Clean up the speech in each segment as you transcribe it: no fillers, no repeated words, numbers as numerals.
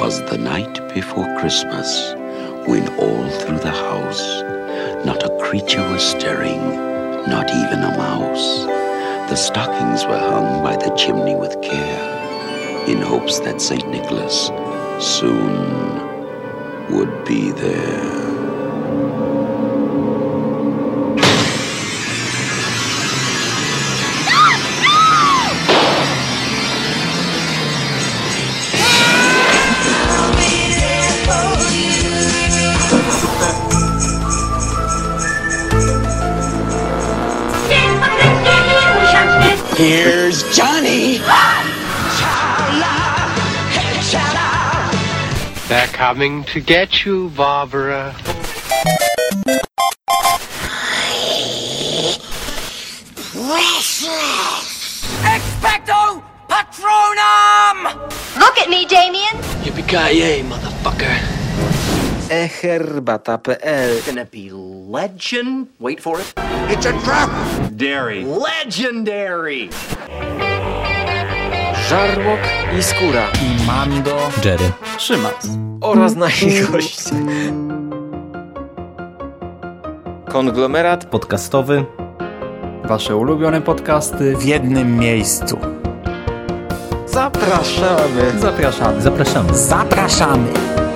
'Twas the night before Christmas, when all through the house not a creature was stirring, not even a mouse. The stockings were hung by the chimney with care, in hopes that St. Nicholas soon would be there. Here's Johnny! They're coming to get you, Barbara. Precious! Expecto Patronum! Look at me, Damien! Yippee-ki-yay, motherfucker. Herbata.pl. Gonna be legend. Wait for it. It's a trap! Dairy. Legendary. Żarłok i Skóra. I Mando, Jerry, Szymas Oraz nasi goście. Konglomerat podcastowy. Wasze ulubione podcasty w jednym miejscu. Zapraszamy. Zapraszamy. Zapraszamy. Zapraszamy.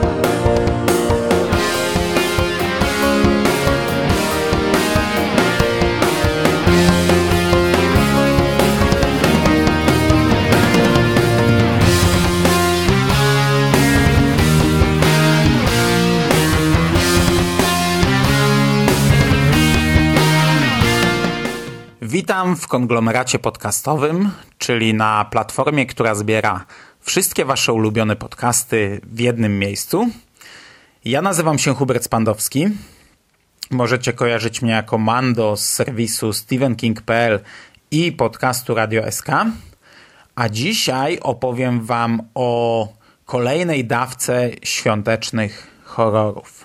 Witam w konglomeracie podcastowym, czyli na platformie, która zbiera wszystkie wasze ulubione podcasty w jednym miejscu. Ja nazywam się Hubert Spandowski. Możecie kojarzyć mnie jako Mando z serwisu StephenKing.pl i podcastu Radio SK. A dzisiaj opowiem wam o kolejnej dawce świątecznych horrorów.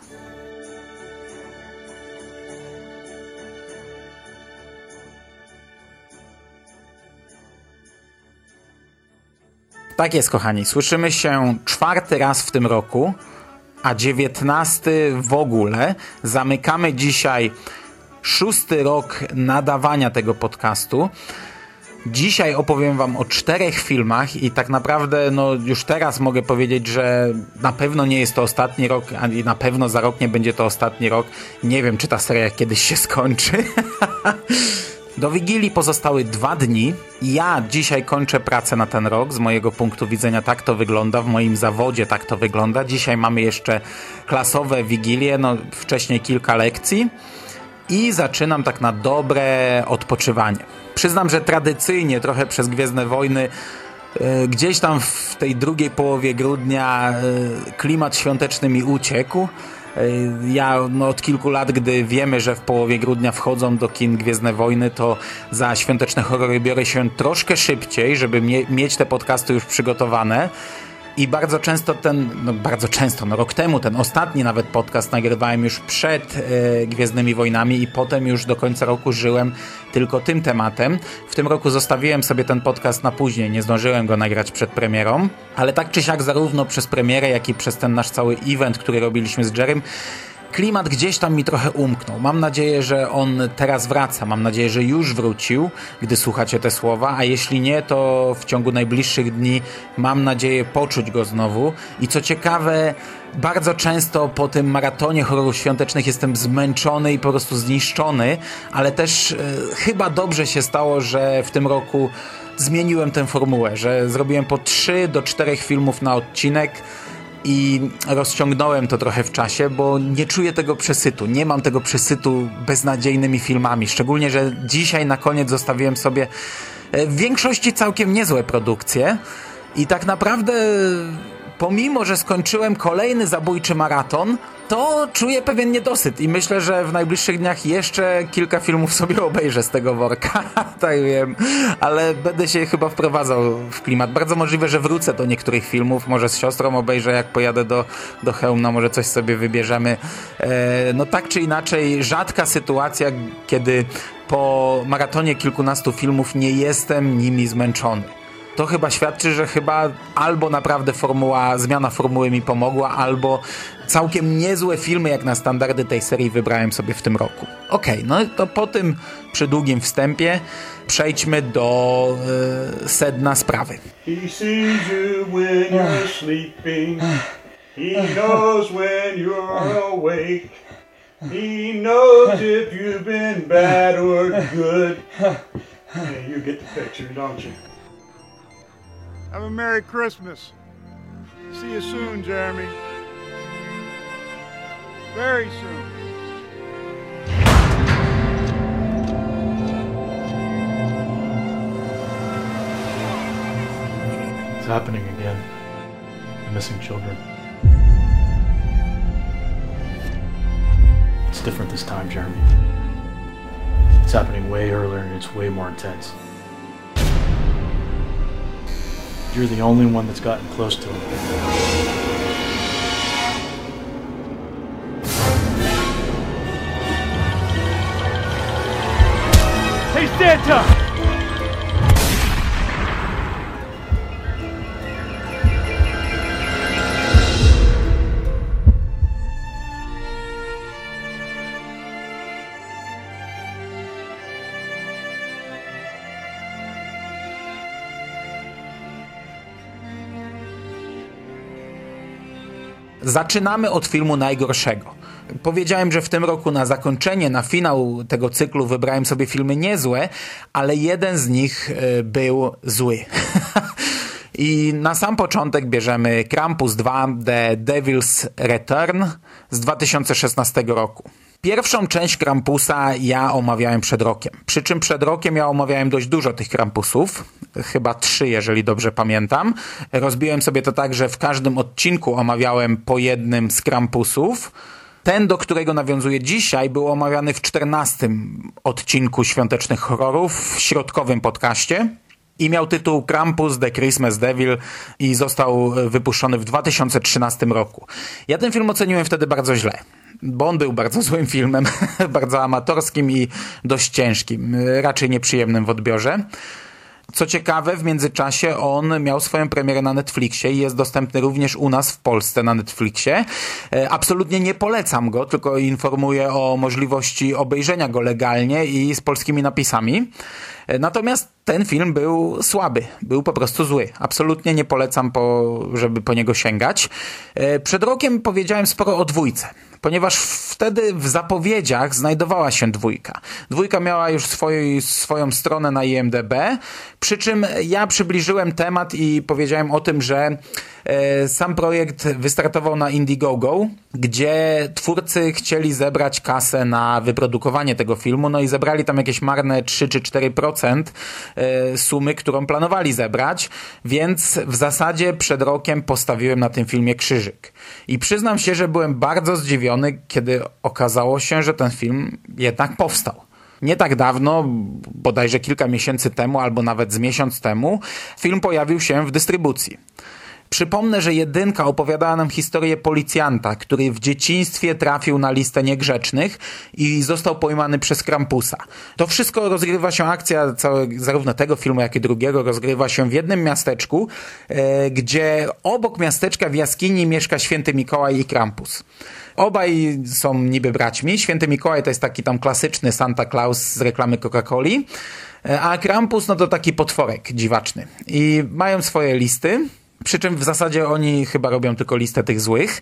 Tak jest, kochani. Słyszymy się 4. raz w tym roku, a 19. w ogóle. Zamykamy dzisiaj 6. rok nadawania tego podcastu. Dzisiaj opowiem wam o 4 filmach i tak naprawdę już teraz mogę powiedzieć, że na pewno nie jest to ostatni rok, a na pewno za rok nie będzie to ostatni rok. Nie wiem, czy ta seria kiedyś się skończy. Do Wigilii pozostały 2 dni. Ja dzisiaj kończę pracę na ten rok. Z mojego punktu widzenia tak to wygląda. W moim zawodzie tak to wygląda. Dzisiaj mamy jeszcze klasowe Wigilie, wcześniej kilka lekcji. I zaczynam tak na dobre odpoczywanie. Przyznam, że tradycyjnie trochę przez Gwiezdne Wojny gdzieś tam w tej drugiej połowie grudnia klimat świąteczny mi uciekł. Ja od kilku lat, gdy wiemy, że w połowie grudnia wchodzą do kin Gwiezdne Wojny, to za świąteczne horrory biorę się troszkę szybciej, żeby mieć te podcasty już przygotowane. I bardzo często rok temu ten ostatni nawet podcast nagrywałem już przed Gwiezdnymi Wojnami i potem już do końca roku żyłem tylko tym tematem. W tym roku zostawiłem sobie ten podcast na później, nie zdążyłem go nagrać przed premierą, ale tak czy siak zarówno przez premierę, jak i przez ten nasz cały event, który robiliśmy z Jerrym, klimat gdzieś tam mi trochę umknął. Mam nadzieję, że on teraz wraca. Mam nadzieję, że już wrócił, gdy słuchacie te słowa, a jeśli nie, to w ciągu najbliższych dni mam nadzieję poczuć go znowu. I co ciekawe, bardzo często po tym maratonie horrorów świątecznych jestem zmęczony i po prostu zniszczony, ale też chyba dobrze się stało, że w tym roku zmieniłem tę formułę, że zrobiłem po 3 do 4 filmów na odcinek i rozciągnąłem to trochę w czasie, bo nie czuję tego przesytu. Nie mam tego przesytu beznadziejnymi filmami. Szczególnie, że dzisiaj na koniec zostawiłem sobie w większości całkiem niezłe produkcje i tak naprawdę pomimo, że skończyłem kolejny zabójczy maraton, to czuję pewien niedosyt i myślę, że w najbliższych dniach jeszcze kilka filmów sobie obejrzę z tego worka, tak wiem, ale będę się chyba wprowadzał w klimat. Bardzo możliwe, że wrócę do niektórych filmów, może z siostrą obejrzę, jak pojadę do Chełmna, może coś sobie wybierzemy. Tak czy inaczej, rzadka sytuacja, kiedy po maratonie kilkunastu filmów nie jestem nimi zmęczony. to chyba świadczy, że chyba albo naprawdę zmiana formuły mi pomogła, albo całkiem niezłe filmy jak na standardy tej serii wybrałem sobie w tym roku. Okej, no to po tym przydługim wstępie przejdźmy do sedna sprawy. He sees you when you're sleeping. He knows when you're awake. He knows if you've been bad or good. Yeah, you get the picture, don't you? Have a Merry Christmas. See you soon, Jeremy. Very soon. It's happening again. The missing children. It's different this time, Jeremy. It's happening way earlier and it's way more intense. You're the only one that's gotten close to him. Hey, Santa! Zaczynamy od filmu najgorszego. Powiedziałem, że w tym roku na zakończenie, na finał tego cyklu wybrałem sobie filmy niezłe, ale jeden z nich był zły. I na sam początek bierzemy Krampus 2 The Devil's Return z 2016 roku. Pierwszą część Krampusa ja omawiałem przed rokiem. Przy czym przed rokiem ja omawiałem dość dużo tych Krampusów. Chyba 3, jeżeli dobrze pamiętam. Rozbiłem sobie to tak, że w każdym odcinku omawiałem po jednym z Krampusów. Ten, do którego nawiązuję dzisiaj, był omawiany w 14 odcinku Świątecznych Horrorów w środkowym podcaście. I miał tytuł Krampus The Christmas Devil i został wypuszczony w 2013 roku. Ja ten film oceniłem wtedy bardzo źle, bo on był bardzo złym filmem, bardzo amatorskim i dość ciężkim, raczej nieprzyjemnym w odbiorze. Co ciekawe, w międzyczasie on miał swoją premierę na Netflixie i jest dostępny również u nas w Polsce na Netflixie. Absolutnie nie polecam go, tylko informuję o możliwości obejrzenia go legalnie i z polskimi napisami. Natomiast ten film był słaby, był po prostu zły. Absolutnie nie polecam, żeby po niego sięgać. Przed rokiem powiedziałem sporo o dwójce, ponieważ wtedy w zapowiedziach znajdowała się dwójka. Dwójka miała już swoją stronę na IMDb, przy czym ja przybliżyłem temat i powiedziałem o tym, że sam projekt wystartował na Indiegogo, gdzie twórcy chcieli zebrać kasę na wyprodukowanie tego filmu, no i zebrali tam jakieś marne 3 czy 4% sumy, którą planowali zebrać, więc w zasadzie przed rokiem postawiłem na tym filmie krzyżyk. I przyznam się, że byłem bardzo zdziwiony, kiedy okazało się, że ten film jednak powstał. Nie tak dawno, bodajże kilka miesięcy temu, albo nawet z miesiąc temu, film pojawił się w dystrybucji. Przypomnę, że jedynka opowiadała nam historię policjanta, który w dzieciństwie trafił na listę niegrzecznych i został pojmany przez Krampusa. To wszystko rozgrywa się, akcja zarówno tego filmu, jak i drugiego, rozgrywa się w jednym miasteczku, gdzie obok miasteczka w jaskini mieszka Święty Mikołaj i Krampus. Obaj są niby braćmi. Święty Mikołaj to jest taki tam klasyczny Santa Claus z reklamy Coca-Coli, a Krampus no to taki potworek dziwaczny. I mają swoje listy, przy czym w zasadzie oni chyba robią tylko listę tych złych.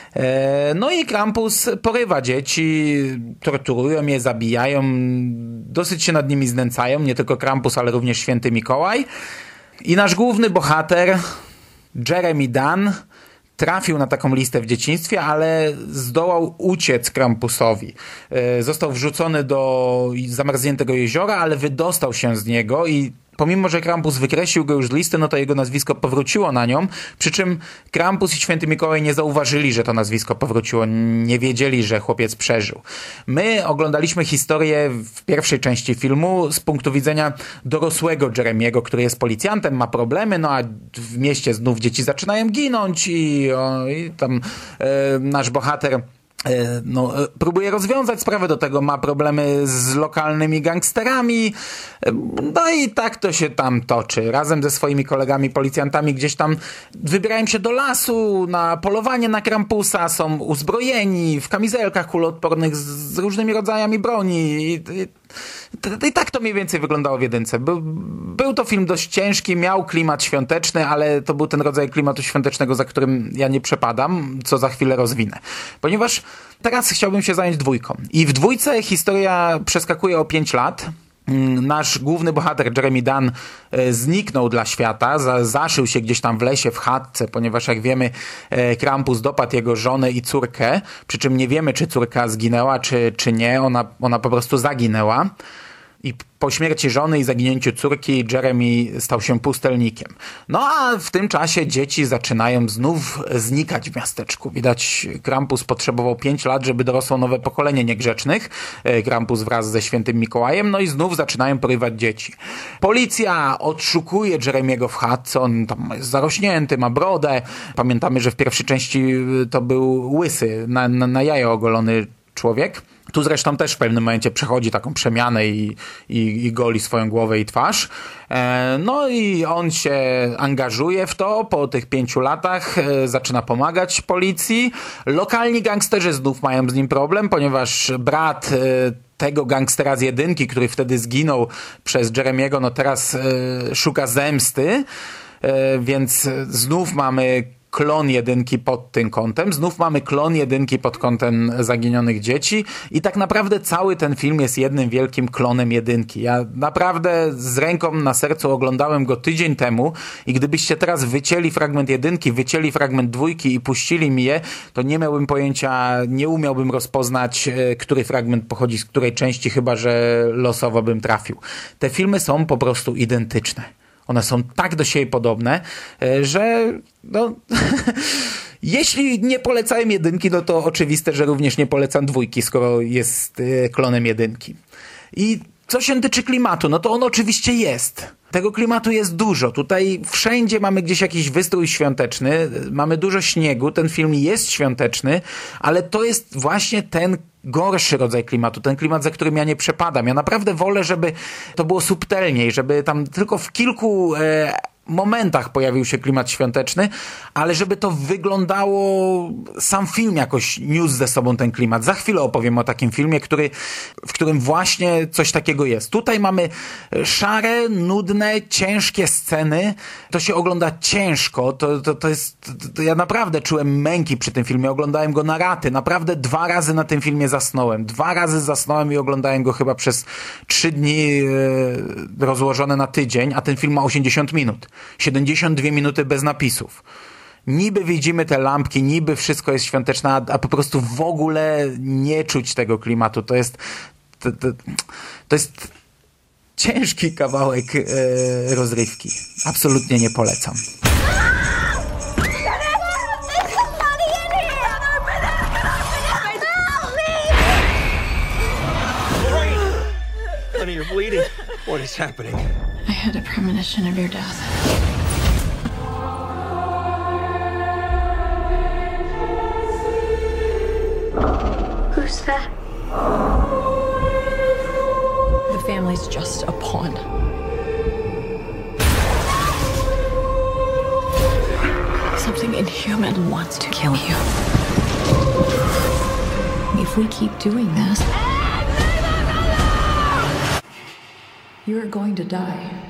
No i Krampus porywa dzieci, torturują je, zabijają, dosyć się nad nimi znęcają, nie tylko Krampus, ale również Święty Mikołaj. I nasz główny bohater, Jeremy Dunn, trafił na taką listę w dzieciństwie, ale zdołał uciec Krampusowi. Został wrzucony do zamarzniętego jeziora, ale wydostał się z niego i pomimo, że Krampus wykreślił go już z listy, no to jego nazwisko powróciło na nią, przy czym Krampus i Święty Mikołaj nie zauważyli, że to nazwisko powróciło, nie wiedzieli, że chłopiec przeżył. My oglądaliśmy historię w pierwszej części filmu z punktu widzenia dorosłego Jeremiego, który jest policjantem, ma problemy, no a w mieście znów dzieci zaczynają ginąć i tam nasz bohater próbuje rozwiązać sprawę, do tego ma problemy z lokalnymi gangsterami, no i tak to się tam toczy. Razem ze swoimi kolegami policjantami gdzieś tam wybierają się do lasu na polowanie na Krampusa, są uzbrojeni w kamizelkach kuloodpornych z różnymi rodzajami broni i tak to mniej więcej wyglądało w jedynce. Był to film dość ciężki, miał klimat świąteczny, ale to był ten rodzaj klimatu świątecznego, za którym ja nie przepadam, co za chwilę rozwinę. Ponieważ teraz chciałbym się zająć dwójką. I w dwójce historia przeskakuje o 5 lat. Nasz główny bohater Jeremy Dunn zniknął dla świata, zaszył się gdzieś tam w lesie, w chatce, ponieważ jak wiemy Krampus dopadł jego żonę i córkę, przy czym nie wiemy, czy córka zginęła, czy nie, ona po prostu zaginęła. I po śmierci żony i zaginięciu córki Jeremy stał się pustelnikiem. No a w tym czasie dzieci zaczynają znów znikać w miasteczku. Widać, Krampus potrzebował 5 lat, żeby dorosło nowe pokolenie niegrzecznych. Krampus wraz ze świętym Mikołajem. No i znów zaczynają porywać dzieci. Policja odszukuje Jeremiego w chatce. On tam jest zarośnięty, ma brodę. Pamiętamy, że w pierwszej części to był łysy, na jajo ogolony człowiek. Tu zresztą też w pewnym momencie przechodzi taką przemianę i goli swoją głowę i twarz. No i on się angażuje w to. Po tych 5 latach zaczyna pomagać policji. Lokalni gangsterzy znów mają z nim problem, ponieważ brat tego gangstera z jedynki, który wtedy zginął przez Jeremiego, no teraz szuka zemsty. Więc znów mamy klon jedynki pod tym kątem. Znów mamy klon jedynki pod kątem zaginionych dzieci i tak naprawdę cały ten film jest jednym wielkim klonem jedynki. Ja naprawdę z ręką na sercu oglądałem go tydzień temu i gdybyście teraz wycięli fragment jedynki, wycięli fragment dwójki i puścili mi je, to nie miałbym pojęcia, nie umiałbym rozpoznać, który fragment pochodzi z której części, chyba że losowo bym trafił. Te filmy są po prostu identyczne. One są tak do siebie podobne, że jeśli nie polecałem jedynki, no to oczywiste, że również nie polecam dwójki, skoro jest klonem jedynki. I co się tyczy klimatu, no to on oczywiście jest. Tego klimatu jest dużo. Tutaj wszędzie mamy gdzieś jakiś wystrój świąteczny, mamy dużo śniegu, ten film jest świąteczny, ale to jest właśnie ten gorszy rodzaj klimatu, ten klimat, za którym ja nie przepadam. Ja naprawdę wolę, żeby to było subtelniej, żeby tam tylko w kilku momentach pojawił się klimat świąteczny, ale żeby to wyglądało, sam film jakoś niósł ze sobą ten klimat. Za chwilę opowiem o takim filmie, w którym właśnie coś takiego jest. Tutaj mamy szare, nudne, ciężkie sceny. To się ogląda ciężko. Ja naprawdę czułem męki przy tym filmie. Oglądałem go na raty. Naprawdę 2 razy na tym filmie zasnąłem. 2 razy zasnąłem i oglądałem go chyba przez 3 dni rozłożone na tydzień, a ten film ma 80 minut. 72 minuty bez napisów. Niby widzimy te lampki, niby wszystko jest świąteczne, a po prostu w ogóle nie czuć tego klimatu. To jest ciężki kawałek rozrywki. Absolutnie nie polecam. Honey, you're bleeding. What is happening? I had a premonition of your death. Who's that? The family's just a pawn. Something inhuman wants to kill you. If we keep doing this, you're going to die.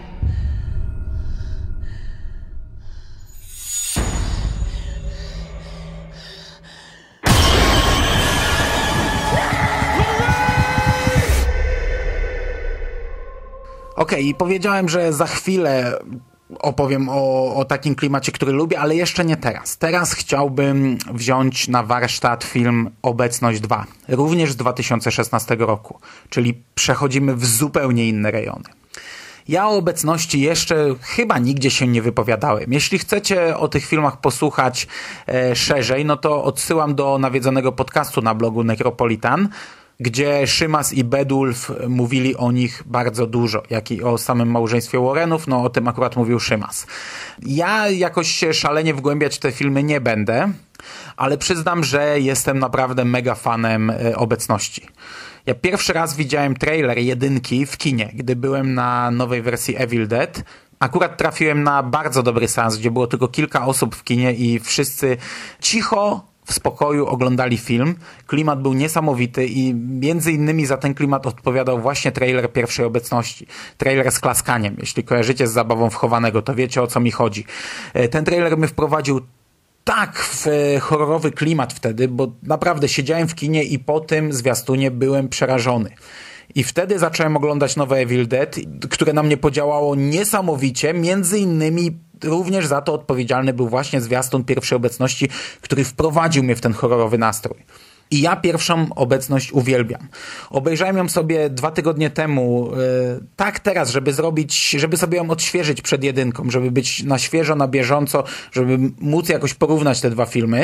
Okej, i powiedziałem, że za chwilę opowiem o takim klimacie, który lubię, ale jeszcze nie teraz. Teraz chciałbym wziąć na warsztat film Obecność 2, również z 2016 roku, czyli przechodzimy w zupełnie inne rejony. Ja o Obecności jeszcze chyba nigdzie się nie wypowiadałem. Jeśli chcecie o tych filmach posłuchać szerzej, no to odsyłam do nawiedzonego podcastu na blogu Necropolitan, gdzie Szymas i Bedulf mówili o nich bardzo dużo, jak i o samym małżeństwie Warrenów, no o tym akurat mówił Szymas. Ja jakoś się szalenie wgłębiać w te filmy nie będę, Ale przyznam, że jestem naprawdę mega fanem obecności. Ja pierwszy raz widziałem trailer 1 w kinie, gdy byłem na nowej wersji Evil Dead. Akurat trafiłem na bardzo dobry seans, gdzie było tylko kilka osób w kinie i wszyscy cicho, w spokoju oglądali film. Klimat był niesamowity i między innymi za ten klimat odpowiadał właśnie trailer pierwszej obecności. Trailer z klaskaniem. Jeśli kojarzycie z zabawą wchowanego, to wiecie, o co mi chodzi. Ten trailer mnie wprowadził tak w horrorowy klimat wtedy, bo naprawdę siedziałem w kinie i po tym zwiastunie byłem przerażony. I wtedy zacząłem oglądać nowe Evil Dead, które na mnie podziałało niesamowicie. Między innymi również za to odpowiedzialny był właśnie zwiastun pierwszej obecności, który wprowadził mnie w ten horrorowy nastrój. I ja pierwszą obecność uwielbiam. Obejrzałem ją sobie 2 tygodnie temu, tak teraz, żeby sobie ją odświeżyć przed 1, żeby być na świeżo, na bieżąco, żeby móc jakoś porównać te 2 filmy.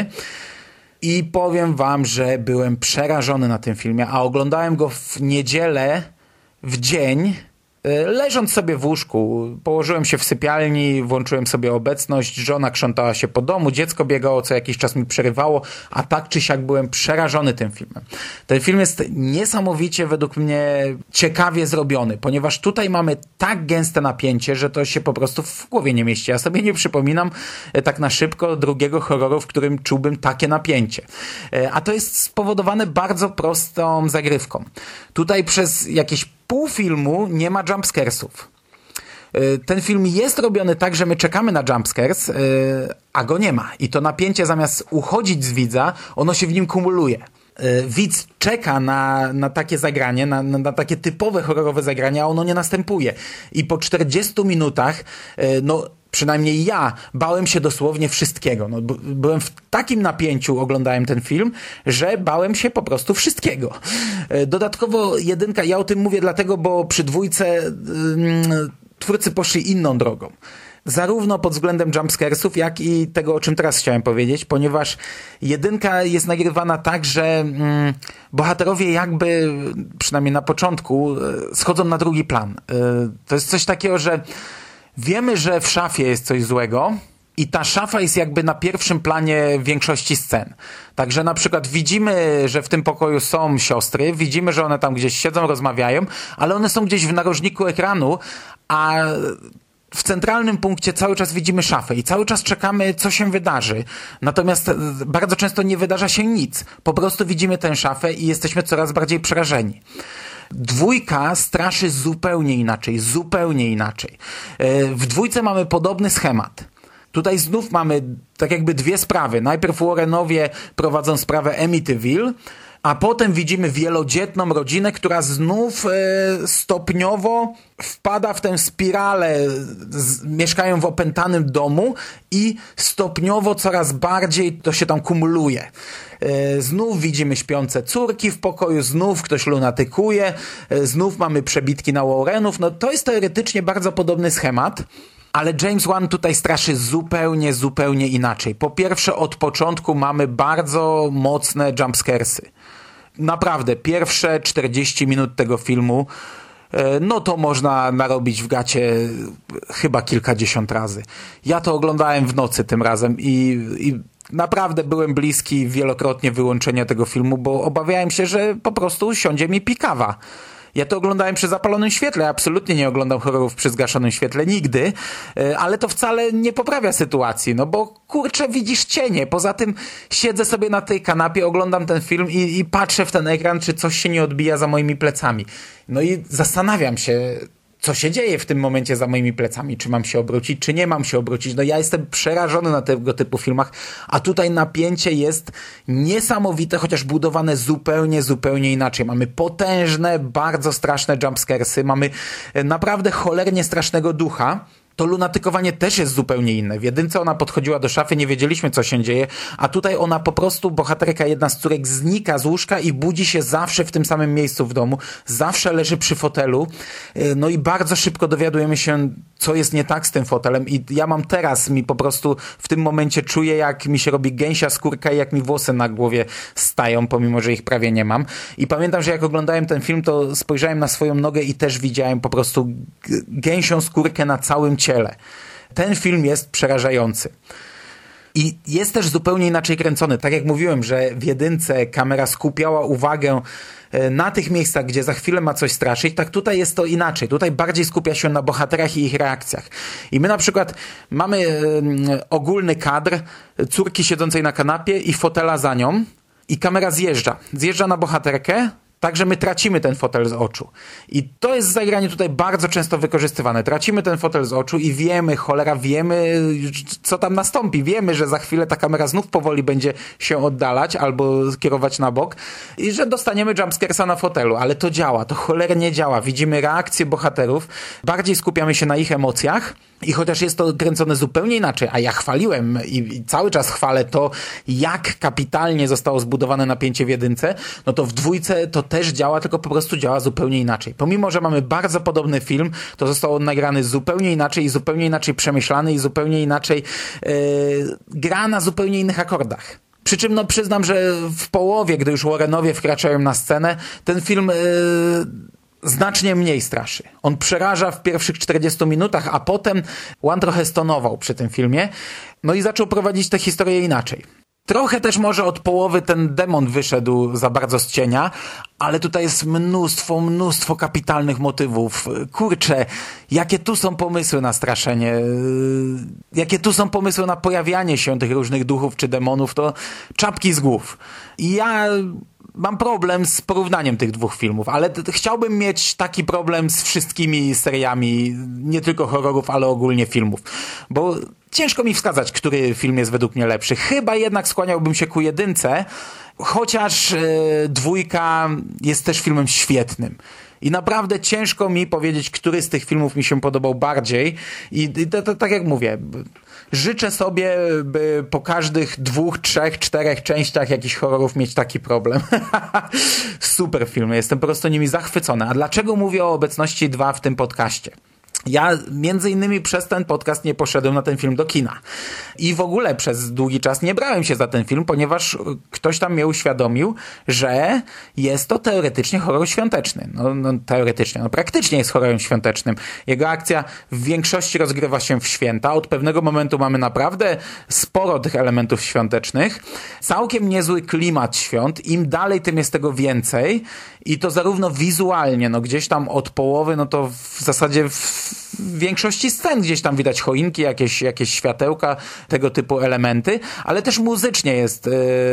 I powiem wam, że byłem przerażony na tym filmie, a oglądałem go w niedzielę, w dzień, leżąc sobie w łóżku. Położyłem się w sypialni, włączyłem sobie obecność, żona krzątała się po domu, dziecko biegało, co jakiś czas mi przerywało, a tak czy siak byłem przerażony tym filmem. Ten film jest niesamowicie według mnie ciekawie zrobiony, ponieważ tutaj mamy tak gęste napięcie, że to się po prostu w głowie nie mieści. Ja sobie nie przypominam tak na szybko drugiego horroru, w którym czułbym takie napięcie. A to jest spowodowane bardzo prostą zagrywką. Tutaj przez jakieś pół filmu nie ma jumpscaresów. Ten film jest robiony tak, że my czekamy na jumpscares, a go nie ma. I to napięcie zamiast uchodzić z widza, ono się w nim kumuluje. Widz czeka na takie zagranie, na takie typowe horrorowe zagranie, a ono nie następuje. I po 40 minutach, przynajmniej ja bałem się dosłownie wszystkiego. Byłem w takim napięciu, oglądałem ten film, że bałem się po prostu wszystkiego. Dodatkowo 1, ja o tym mówię dlatego, bo przy 2 twórcy poszli inną drogą. Zarówno pod względem jumpscaresów, jak i tego, o czym teraz chciałem powiedzieć, ponieważ 1 jest nagrywana tak, że bohaterowie jakby, przynajmniej na początku, schodzą na drugi plan. To jest coś takiego, że wiemy, że w szafie jest coś złego i ta szafa jest jakby na pierwszym planie większości scen. Także na przykład widzimy, że w tym pokoju są siostry, widzimy, że one tam gdzieś siedzą, rozmawiają, ale one są gdzieś w narożniku ekranu, a w centralnym punkcie cały czas widzimy szafę i cały czas czekamy, co się wydarzy. Natomiast bardzo często nie wydarza się nic. Po prostu widzimy tę szafę i jesteśmy coraz bardziej przerażeni. 2 straszy zupełnie inaczej, zupełnie inaczej. W 2 mamy podobny schemat. Tutaj znów mamy tak jakby 2 sprawy. Najpierw Warrenowie prowadzą sprawę Amityville, a potem widzimy wielodzietną rodzinę, która znów stopniowo wpada w tę spiralę. Mieszkają w opętanym domu i stopniowo coraz bardziej to się tam kumuluje. Znów widzimy śpiące córki w pokoju, znów ktoś lunatykuje, znów mamy przebitki na Warrenów. To jest teoretycznie bardzo podobny schemat. Ale James Wan tutaj straszy zupełnie inaczej. Po pierwsze, od początku mamy bardzo mocne jumpscaresy. Naprawdę, pierwsze 40 minut tego filmu, to można narobić w gacie chyba kilkadziesiąt razy. Ja to oglądałem w nocy tym razem i naprawdę byłem bliski wielokrotnie wyłączenia tego filmu, bo obawiałem się, że po prostu siądzie mi pikawa. Ja to oglądałem przy zapalonym świetle, ja absolutnie nie oglądam horrorów przy zgaszonym świetle, nigdy, ale to wcale nie poprawia sytuacji, bo kurczę, widzisz cienie. Poza tym siedzę sobie na tej kanapie, oglądam ten film i patrzę w ten ekran, czy coś się nie odbija za moimi plecami. I zastanawiam się, co się dzieje w tym momencie za moimi plecami, czy mam się obrócić, czy nie mam się obrócić. Ja jestem przerażony na tego typu filmach, a tutaj napięcie jest niesamowite, chociaż budowane zupełnie inaczej. Mamy potężne, bardzo straszne jumpscaresy, mamy naprawdę cholernie strasznego ducha. To lunatykowanie też jest zupełnie inne. W 1 ona podchodziła do szafy, nie wiedzieliśmy, co się dzieje, a tutaj ona po prostu, bohaterka, jedna z córek, znika z łóżka i budzi się zawsze w tym samym miejscu w domu, zawsze leży przy fotelu, i bardzo szybko dowiadujemy się, co jest nie tak z tym fotelem i ja mam teraz, mi po prostu w tym momencie czuję, jak mi się robi gęsia skórka i jak mi włosy na głowie stają, pomimo, że ich prawie nie mam. I pamiętam, że jak oglądałem ten film, to spojrzałem na swoją nogę i też widziałem po prostu gęsią skórkę na całym ciele. Ten film jest przerażający. I jest też zupełnie inaczej kręcony. Tak jak mówiłem, że w jedynce kamera skupiała uwagę na tych miejscach, gdzie za chwilę ma coś straszyć, tak tutaj jest to inaczej. Tutaj bardziej skupia się na bohaterach i ich reakcjach. I my na przykład mamy ogólny kadr córki siedzącej na kanapie i fotela za nią i kamera zjeżdża na bohaterkę, tak, że my tracimy ten fotel z oczu. I to jest zagranie tutaj bardzo często wykorzystywane. Tracimy ten fotel z oczu i wiemy, co tam nastąpi. Wiemy, że za chwilę ta kamera znów powoli będzie się oddalać albo kierować na bok i że dostaniemy jumpscaresa na fotelu. Ale to działa, to cholernie działa. Widzimy reakcje bohaterów, bardziej skupiamy się na ich emocjach i chociaż jest to kręcone zupełnie inaczej, a ja chwaliłem i cały czas chwalę to, jak kapitalnie zostało zbudowane napięcie w jedynce, no to w dwójce to też działa, tylko po prostu działa zupełnie inaczej. Pomimo, że mamy bardzo podobny film, to został on nagrany zupełnie inaczej i zupełnie inaczej przemyślany i zupełnie inaczej gra na zupełnie innych akordach. Przy czym przyznam, że w połowie, gdy już Warrenowie wkraczają na scenę, ten film znacznie mniej straszy. On przeraża w pierwszych 40 minutach, a potem Wan trochę stonował przy tym filmie, no i zaczął prowadzić tę historię inaczej. Trochę też może od połowy ten demon wyszedł za bardzo z cienia, ale tutaj jest mnóstwo kapitalnych motywów. Kurczę, jakie tu są pomysły na straszenie, jakie tu są pomysły na pojawianie się tych różnych duchów czy demonów, to czapki z głów. I ja mam problem z porównaniem tych dwóch filmów, ale chciałbym mieć taki problem z wszystkimi seriami, nie tylko horrorów, ale ogólnie filmów, bo ciężko mi wskazać, który film jest według mnie lepszy. Chyba jednak skłaniałbym się ku jedynce, chociaż dwójka jest też filmem świetnym. I naprawdę ciężko mi powiedzieć, który z tych filmów mi się podobał bardziej. I tak jak mówię, życzę sobie, by po każdych 2, 3, 4 częściach jakichś horrorów mieć taki problem. Super filmy, jestem po prostu nimi zachwycony. A dlaczego mówię o Obecności 2 w tym podcaście? Ja między innymi przez ten podcast nie poszedłem na ten film do kina. I w ogóle przez długi czas nie brałem się za ten film, ponieważ ktoś tam mnie uświadomił, że jest to teoretycznie horror świąteczny. Praktycznie jest horrorem świątecznym. Jego akcja w większości rozgrywa się w święta. Od pewnego momentu mamy naprawdę sporo tych elementów świątecznych. Całkiem niezły klimat świąt. Im dalej, tym jest tego więcej. I to zarówno wizualnie, gdzieś tam od połowy, to w zasadzie w większości scen gdzieś tam widać choinki, jakieś światełka, tego typu elementy, ale też muzycznie jest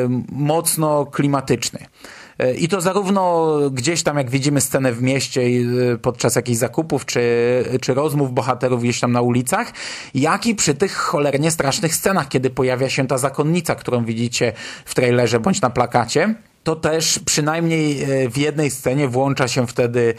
mocno klimatyczny. I to zarówno gdzieś tam, jak widzimy scenę w mieście podczas jakichś zakupów, czy rozmów bohaterów gdzieś tam na ulicach, jak i przy tych cholernie strasznych scenach, kiedy pojawia się ta zakonnica, którą widzicie w trailerze bądź na plakacie. To też przynajmniej w jednej scenie włącza się wtedy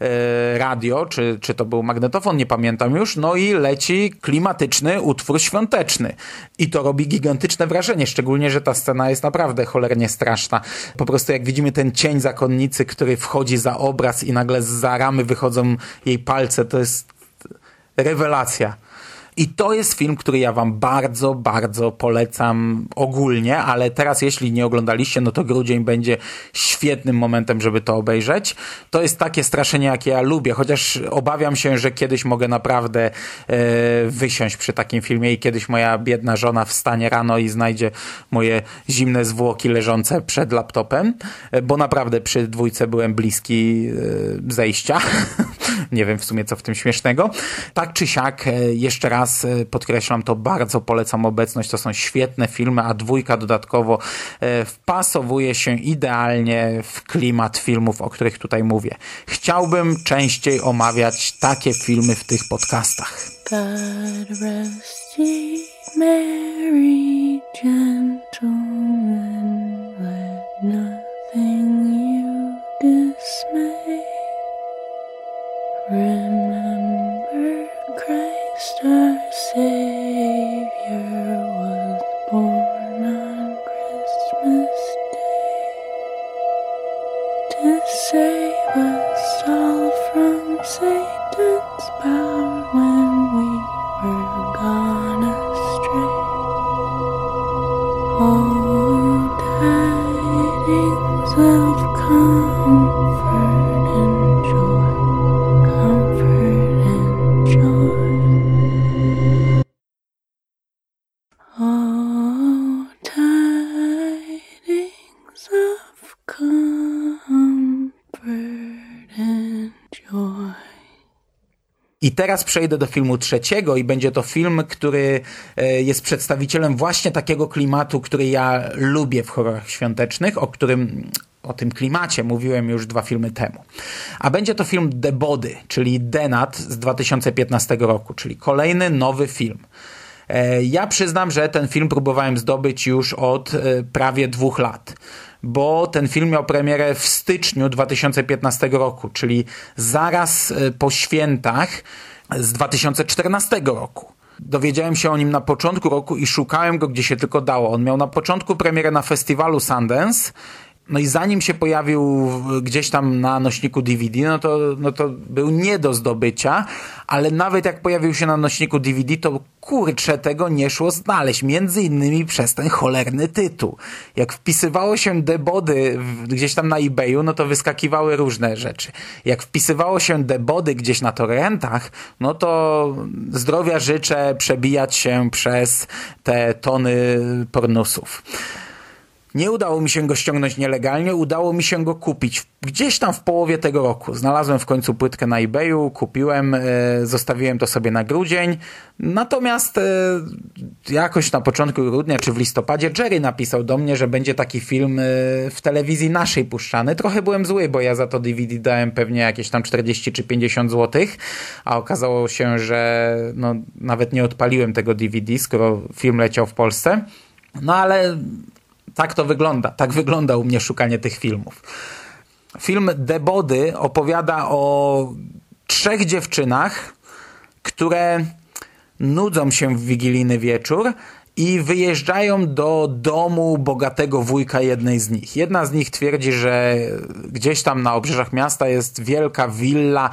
radio, czy to był magnetofon, nie pamiętam już, i leci klimatyczny utwór świąteczny. I to robi gigantyczne wrażenie, szczególnie, że ta scena jest naprawdę cholernie straszna. Po prostu jak widzimy ten cień zakonnicy, który wchodzi za obraz i nagle zza ramy wychodzą jej palce, to jest rewelacja. I to jest film, który ja wam bardzo, bardzo polecam ogólnie, ale teraz jeśli nie oglądaliście, to grudzień będzie świetnym momentem, żeby to obejrzeć. To jest takie straszenie, jakie ja lubię, chociaż obawiam się, że kiedyś mogę naprawdę wysiąść przy takim filmie i kiedyś moja biedna żona wstanie rano i znajdzie moje zimne zwłoki leżące przed laptopem, bo naprawdę przy dwójce byłem bliski zejścia. Nie wiem w sumie, co w tym śmiesznego. Tak czy siak, jeszcze raz podkreślam to, bardzo polecam Obecność. To są świetne filmy, a dwójka dodatkowo wpasowuje się idealnie w klimat filmów, o których tutaj mówię. Chciałbym częściej omawiać takie filmy w tych podcastach. God rest ye merry gentlemen, let nothing you dismay. Remember Christ our Savior was born on Christmas Day to save us all from Satan's power when we were gone astray. Oh, tidings of comfort and joy, comfort and joy. Oh, I teraz przejdę do filmu trzeciego i będzie to film, który jest przedstawicielem właśnie takiego klimatu, który ja lubię w horrorach świątecznych, o tym klimacie mówiłem już 2 filmy temu. A będzie to film The Body, czyli Denat z 2015 roku, czyli kolejny nowy film. Ja przyznam, że ten film próbowałem zdobyć już od prawie 2 lat, bo ten film miał premierę w styczniu 2015 roku, czyli zaraz po świętach z 2014 roku. Dowiedziałem się o nim na początku roku i szukałem go gdzie się tylko dało. On miał na początku premierę na festiwalu Sundance. No i zanim się pojawił gdzieś tam na nośniku DVD, no to był nie do zdobycia, ale nawet jak pojawił się na nośniku DVD, to kurczę, tego nie szło znaleźć, między innymi przez ten cholerny tytuł. Jak wpisywało się The Body gdzieś tam na eBayu, no to wyskakiwały różne rzeczy. Jak wpisywało się The Body gdzieś na torrentach, no to zdrowia życzę przebijać się przez te tony pornusów. Nie udało mi się go ściągnąć nielegalnie, udało mi się go kupić gdzieś tam w połowie tego roku. Znalazłem w końcu płytkę na eBayu, kupiłem, zostawiłem to sobie na grudzień. Natomiast jakoś na początku grudnia czy w listopadzie Jerry napisał do mnie, że będzie taki film w telewizji naszej puszczany. Trochę byłem zły, bo ja za to DVD dałem pewnie jakieś tam 40 czy 50 zł, a okazało się, że no, nawet nie odpaliłem tego DVD, skoro film leciał w Polsce. No ale tak to wygląda. Tak wygląda u mnie szukanie tych filmów. Film The Body opowiada o 3 dziewczynach, które nudzą się w wigilijny wieczór i wyjeżdżają do domu bogatego wujka jednej z nich. Jedna z nich twierdzi, że gdzieś tam na obrzeżach miasta jest wielka willa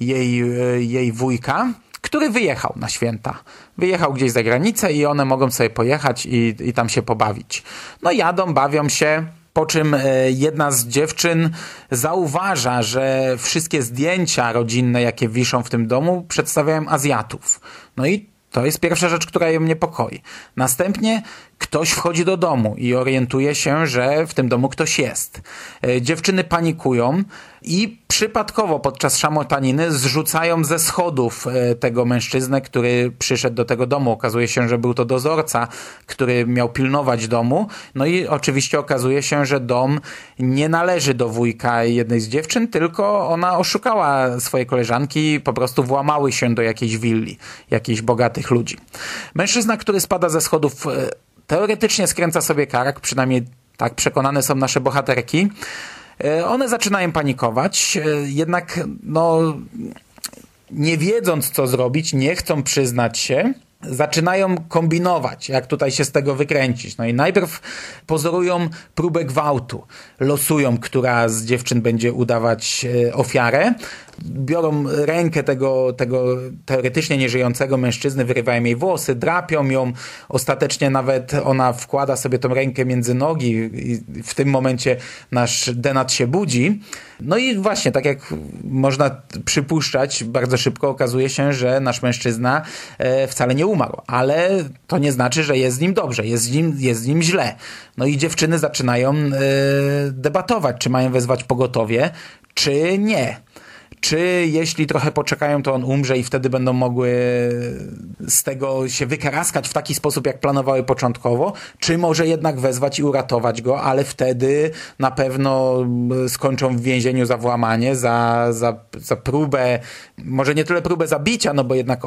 jej wujka, który wyjechał na święta. Wyjechał gdzieś za granicę i one mogą sobie pojechać i tam się pobawić. No jadą, bawią się, po czym jedna z dziewczyn zauważa, że wszystkie zdjęcia rodzinne, jakie wiszą w tym domu, przedstawiają Azjatów. No i to jest pierwsza rzecz, która ją niepokoi. Następnie ktoś wchodzi do domu i orientuje się, że w tym domu ktoś jest. Dziewczyny panikują i przypadkowo podczas szamotaniny zrzucają ze schodów tego mężczyznę, który przyszedł do tego domu. Okazuje się, że był to dozorca, który miał pilnować domu. No i oczywiście okazuje się, że dom nie należy do wujka jednej z dziewczyn, tylko ona oszukała swoje koleżanki i po prostu włamały się do jakiejś willi, jakichś bogatych ludzi. Mężczyzna, który spada ze schodów, teoretycznie skręca sobie kark, przynajmniej tak przekonane są nasze bohaterki. One zaczynają panikować, jednak no, nie wiedząc co zrobić, nie chcą przyznać się, zaczynają kombinować, jak tutaj się z tego wykręcić. No i najpierw pozorują próbę gwałtu. Losują, która z dziewczyn będzie udawać ofiarę. Biorą rękę tego teoretycznie nieżyjącego mężczyzny, wyrywają jej włosy, drapią ją. Ostatecznie nawet ona wkłada sobie tą rękę między nogi i w tym momencie nasz Denat się budzi. No i właśnie, tak jak można przypuszczać, bardzo szybko okazuje się, że nasz mężczyzna wcale nie umarł. Ale to nie znaczy, że jest z nim dobrze, jest z nim źle. No i dziewczyny zaczynają debatować, czy mają wezwać pogotowie, czy nie. Czy jeśli trochę poczekają, to on umrze i wtedy będą mogły z tego się wykaraskać w taki sposób, jak planowały początkowo, czy może jednak wezwać i uratować go, ale wtedy na pewno skończą w więzieniu za włamanie, za próbę, może nie tyle próbę zabicia, no bo jednak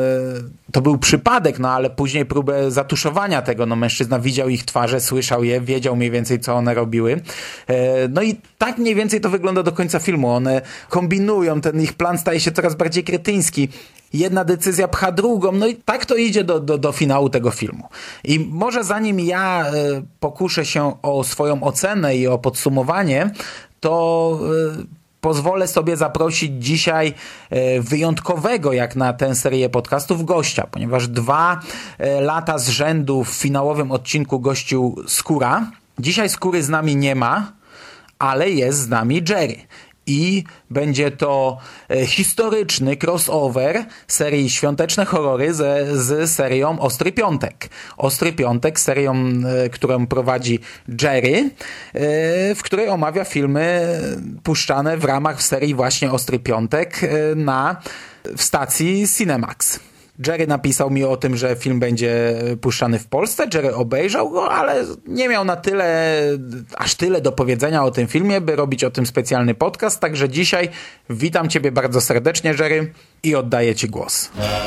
to był przypadek, no ale później próbę zatuszowania tego, no mężczyzna widział ich twarze, słyszał je, wiedział mniej więcej, co one robiły. No i tak mniej więcej to wygląda do końca filmu. One kombinują, ten ich plan staje się coraz bardziej kretyński. Jedna decyzja pcha drugą, no i tak to idzie do finału tego filmu. I może zanim ja pokuszę się o swoją ocenę i o podsumowanie, to pozwolę sobie zaprosić dzisiaj wyjątkowego, jak na tę serię podcastów, gościa, ponieważ 2 lata z rzędu w finałowym odcinku gościł Skóra. Dzisiaj Skóry z nami nie ma, ale jest z nami Jerry. i będzie to historyczny crossover serii Świąteczne Horrory z serią Ostry Piątek. Ostry Piątek, serią, którą prowadzi Jerry, w której omawia filmy puszczane w ramach serii właśnie Ostry Piątek w stacji Cinemax. Jerry napisał mi o tym, że film będzie puszczany w Polsce. Jerry obejrzał go, ale nie miał aż tyle do powiedzenia o tym filmie, by robić o tym specjalny podcast. Także dzisiaj witam Ciebie bardzo serdecznie, Jerry, i oddaję Ci głos.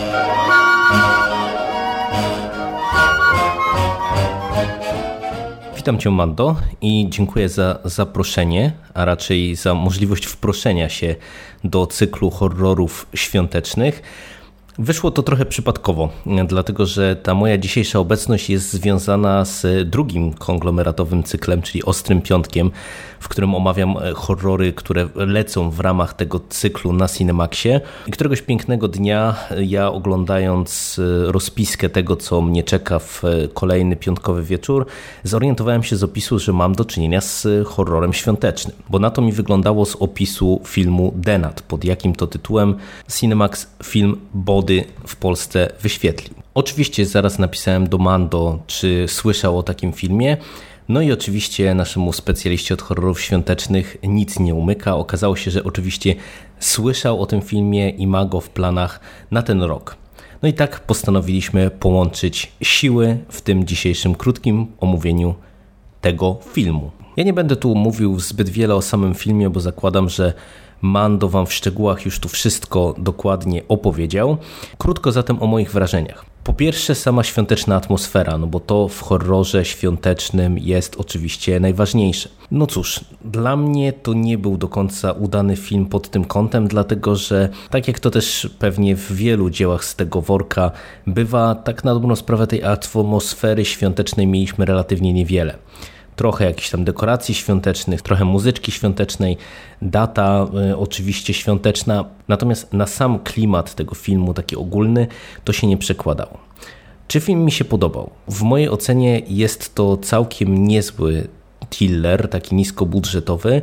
Witam Cię, Mando, i dziękuję za zaproszenie, a raczej za możliwość wproszenia się do cyklu horrorów świątecznych. Wyszło to trochę przypadkowo, dlatego że ta moja dzisiejsza obecność jest związana z drugim konglomeratowym cyklem, czyli Ostrym Piątkiem, w którym omawiam horrory, które lecą w ramach tego cyklu na Cinemaxie. I któregoś pięknego dnia ja, oglądając rozpiskę tego, co mnie czeka w kolejny piątkowy wieczór, zorientowałem się z opisu, że mam do czynienia z horrorem świątecznym, bo na to mi wyglądało z opisu filmu Denat, pod jakim to tytułem Cinemax film Body w Polsce wyświetlił. Oczywiście zaraz napisałem do Mando, czy słyszał o takim filmie. No i oczywiście naszemu specjaliście od horrorów świątecznych nic nie umyka. Okazało się, że oczywiście słyszał o tym filmie i ma go w planach na ten rok. No i tak postanowiliśmy połączyć siły w tym dzisiejszym krótkim omówieniu tego filmu. Ja nie będę tu mówił zbyt wiele o samym filmie, bo zakładam, że Mando wam w szczegółach już tu wszystko dokładnie opowiedział. Krótko zatem o moich wrażeniach. Po pierwsze, sama świąteczna atmosfera, no bo to w horrorze świątecznym jest oczywiście najważniejsze. No cóż, dla mnie to nie był do końca udany film pod tym kątem, dlatego że tak jak to też pewnie w wielu dziełach z tego worka bywa, tak na dobrą sprawę tej atmosfery świątecznej mieliśmy relatywnie niewiele. Trochę jakichś tam dekoracji świątecznych, trochę muzyczki świątecznej, data oczywiście świąteczna, natomiast na sam klimat tego filmu, taki ogólny, to się nie przekładało. Czy film mi się podobał? W mojej ocenie jest to całkiem niezły thriller, taki niskobudżetowy,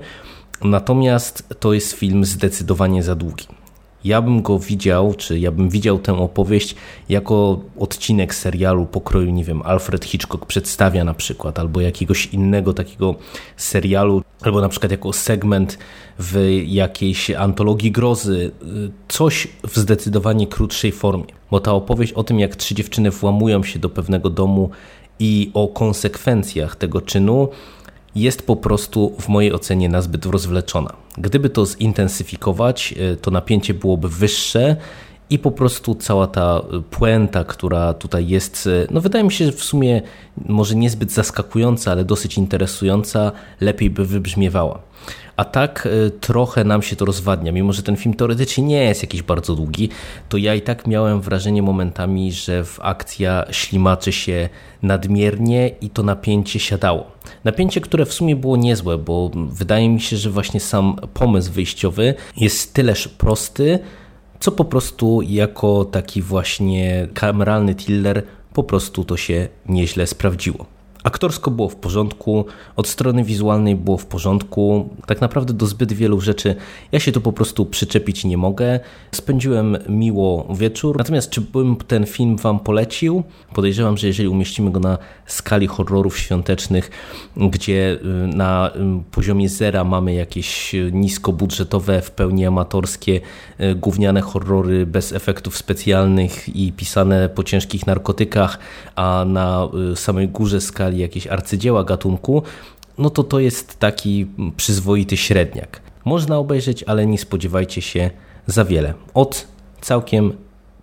natomiast to jest film zdecydowanie za długi. Ja bym go widział, czy ja bym widział tę opowieść jako odcinek serialu pokroju, nie wiem, Alfred Hitchcock przedstawia na przykład, albo jakiegoś innego takiego serialu, albo na przykład jako segment w jakiejś antologii grozy, coś w zdecydowanie krótszej formie. Bo ta opowieść o tym, jak 3 dziewczyny włamują się do pewnego domu i o konsekwencjach tego czynu, jest po prostu w mojej ocenie nazbyt rozwleczona. Gdyby to zintensyfikować, to napięcie byłoby wyższe i po prostu cała ta puenta, która tutaj jest, no wydaje mi się, że w sumie może niezbyt zaskakująca, ale dosyć interesująca, lepiej by wybrzmiewała. A tak trochę nam się to rozwadnia. Mimo że ten film teoretycznie nie jest jakiś bardzo długi, to ja i tak miałem wrażenie momentami, że akcja ślimaczy się nadmiernie i to napięcie siadało. Napięcie, które w sumie było niezłe, bo wydaje mi się, że właśnie sam pomysł wyjściowy jest tyleż prosty, co po prostu jako taki właśnie kameralny thriller po prostu to się nieźle sprawdziło. Aktorsko było w porządku, od strony wizualnej było w porządku, tak naprawdę do zbyt wielu rzeczy ja się tu po prostu przyczepić nie mogę. Spędziłem miło wieczór, natomiast czy bym ten film wam polecił? Podejrzewam, że jeżeli umieścimy go na skali horrorów świątecznych, gdzie na poziomie zera mamy jakieś niskobudżetowe, w pełni amatorskie, gówniane horrory bez efektów specjalnych i pisane po ciężkich narkotykach, a na samej górze skali jakieś arcydzieła gatunku, no to jest taki przyzwoity średniak. Można obejrzeć, ale nie spodziewajcie się za wiele. Od całkiem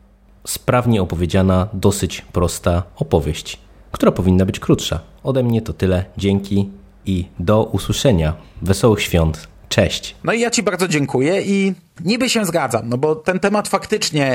sprawnie opowiedziana, dosyć prosta opowieść, która powinna być krótsza. Ode mnie to tyle. Dzięki i do usłyszenia. Wesołych świąt. Cześć. No i ja ci bardzo dziękuję i niby się zgadzam, no bo ten temat faktycznie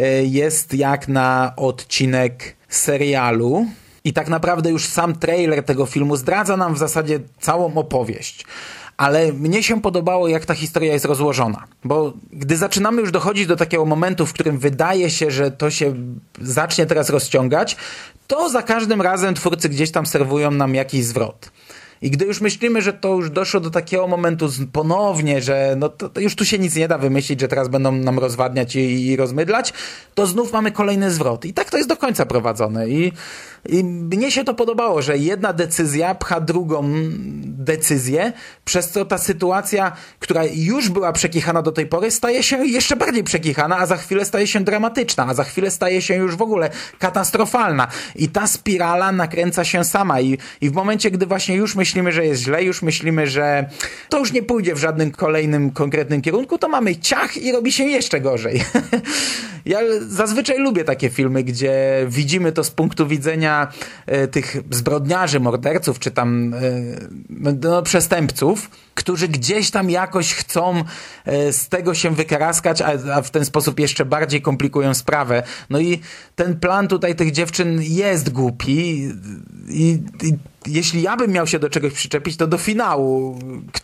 jest jak na odcinek serialu. I tak naprawdę już sam trailer tego filmu zdradza nam w zasadzie całą opowieść. Ale mnie się podobało, jak ta historia jest rozłożona. Bo gdy zaczynamy już dochodzić do takiego momentu, w którym wydaje się, że to się zacznie teraz rozciągać, to za każdym razem twórcy gdzieś tam serwują nam jakiś zwrot. I gdy już myślimy, że to już doszło do takiego momentu ponownie, że no to już tu się nic nie da wymyślić, że teraz będą nam rozwadniać i rozmydlać, to znów mamy kolejny zwrot. I tak to jest do końca prowadzone. I mnie się to podobało, że jedna decyzja pcha drugą decyzję, przez co ta sytuacja, która już była przekichana do tej pory, staje się jeszcze bardziej przekichana, a za chwilę staje się dramatyczna, a za chwilę staje się już w ogóle katastrofalna. I ta spirala nakręca się sama. I w momencie, gdy właśnie już myślimy, że jest źle, już myślimy, że to już nie pójdzie w żadnym kolejnym konkretnym kierunku, to mamy ciach i robi się jeszcze gorzej. Ja zazwyczaj lubię takie filmy, gdzie widzimy to z punktu widzenia tych zbrodniarzy, morderców, czy tam przestępców, którzy gdzieś tam jakoś chcą z tego się wykaraskać, a w ten sposób jeszcze bardziej komplikują sprawę. No i ten plan tutaj tych dziewczyn jest głupi i jeśli ja bym miał się do czegoś przyczepić, to do finału,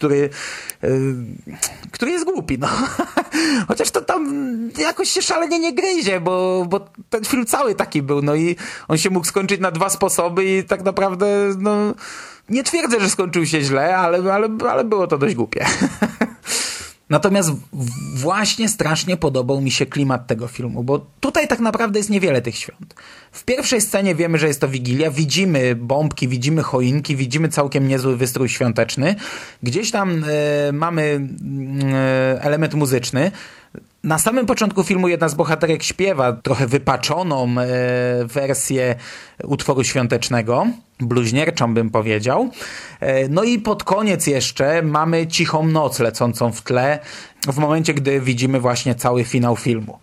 który jest głupi, no. Chociaż to tam jakoś się szalenie nie gryzie, bo ten film cały taki był, no i on się mógł skończyć na 2 sposoby i tak naprawdę, no, nie twierdzę, że skończył się źle, ale było to dość głupie. Natomiast właśnie strasznie podobał mi się klimat tego filmu, bo tutaj tak naprawdę jest niewiele tych świąt. W pierwszej scenie wiemy, że jest to Wigilia, widzimy bombki, widzimy choinki, widzimy całkiem niezły wystrój świąteczny. Gdzieś tam mamy element muzyczny. Na samym początku filmu jedna z bohaterek śpiewa trochę wypaczoną wersję utworu świątecznego, bluźnierczą bym powiedział. No i pod koniec jeszcze mamy Cichą noc lecącą w tle, w momencie, gdy widzimy właśnie cały finał filmu.